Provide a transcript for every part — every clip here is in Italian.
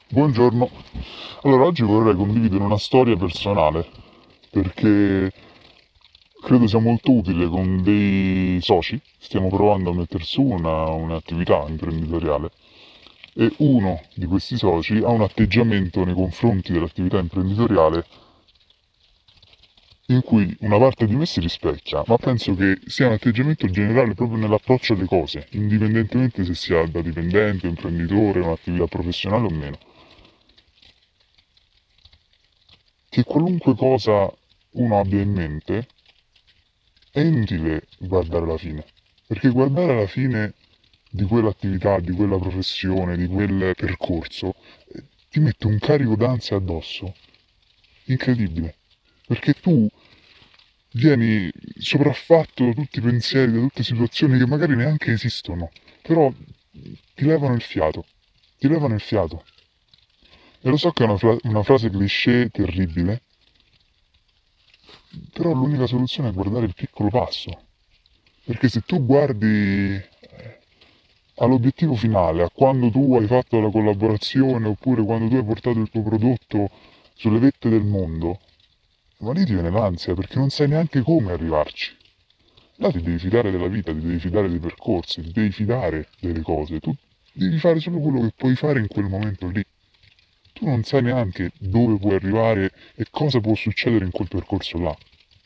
Buongiorno. Allora, oggi vorrei condividere una storia personale perché credo sia molto utile con dei soci. Stiamo provando a mettere su un'attività imprenditoriale e uno di questi soci ha un atteggiamento nei confronti dell'attività imprenditoriale in cui una parte di me si rispecchia, ma penso che sia un atteggiamento generale proprio nell'approccio alle cose, indipendentemente se sia da dipendente, imprenditore, un'attività professionale o meno. Che qualunque cosa uno abbia in mente è inutile guardare la fine, perché guardare la fine di quell'attività, di quella professione, di quel percorso, ti mette un carico d'ansia addosso, incredibile, perché tu vieni sopraffatto da tutti i pensieri, da tutte situazioni che magari neanche esistono, però ti levano il fiato, ti levano il fiato. E lo so che è una frase cliché terribile, però l'unica soluzione è guardare il piccolo passo. Perché se tu guardi all'obiettivo finale, a quando tu hai fatto la collaborazione oppure quando tu hai portato il tuo prodotto sulle vette del mondo, ma lì ti viene l'ansia perché non sai neanche come arrivarci. Là ti devi fidare della vita, ti devi fidare dei percorsi, ti devi fidare delle cose. Tu devi fare solo quello che puoi fare in quel momento lì. Tu non sai neanche dove puoi arrivare e cosa può succedere in quel percorso là.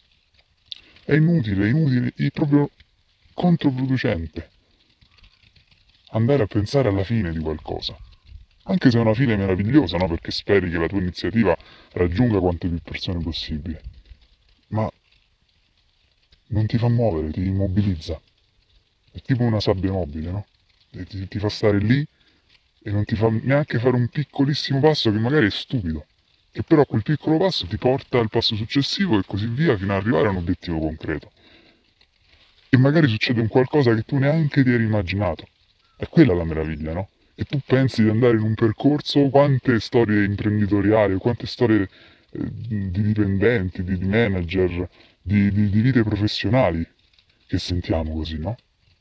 È inutile, è proprio controproducente andare a pensare alla fine di qualcosa. Anche se è una fine meravigliosa, no? Perché speri che la tua iniziativa raggiunga quante più persone possibile. Ma non ti fa muovere, ti immobilizza. È tipo una sabbia mobile, no? E ti fa stare lì e non ti fa neanche fare un piccolissimo passo che magari è stupido. Che però quel piccolo passo ti porta al passo successivo e così via fino ad arrivare a un obiettivo concreto. E magari succede un qualcosa che tu neanche ti eri immaginato. È quella la meraviglia, no? E tu pensi di andare in un percorso, quante storie imprenditoriali, quante storie di dipendenti, di manager, di vite professionali che sentiamo così, no?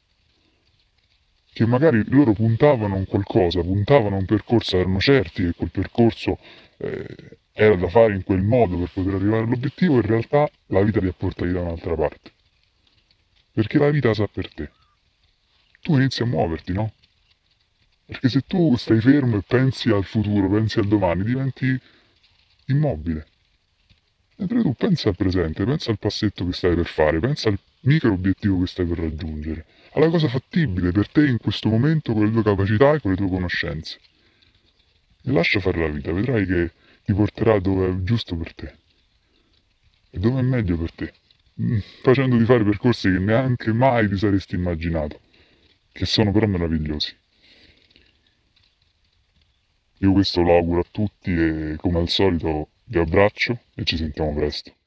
Che magari loro puntavano a un qualcosa, puntavano a un percorso, erano certi che quel percorso era da fare in quel modo per poter arrivare all'obiettivo, in realtà la vita li ha portati da un'altra parte. Perché la vita sa per te. Tu inizi a muoverti, no? Perché se tu stai fermo e pensi al futuro, pensi al domani, diventi immobile. Mentre tu pensa al presente, pensa al passetto che stai per fare, pensa al micro obiettivo che stai per raggiungere, alla cosa fattibile per te in questo momento con le tue capacità e con le tue conoscenze. E lascia fare la vita, vedrai che ti porterà dove è giusto per te e dove è meglio per te, facendoti fare percorsi che neanche mai ti saresti immaginato, che sono però meravigliosi. Io questo lo auguro a tutti e come al solito vi abbraccio e ci sentiamo presto.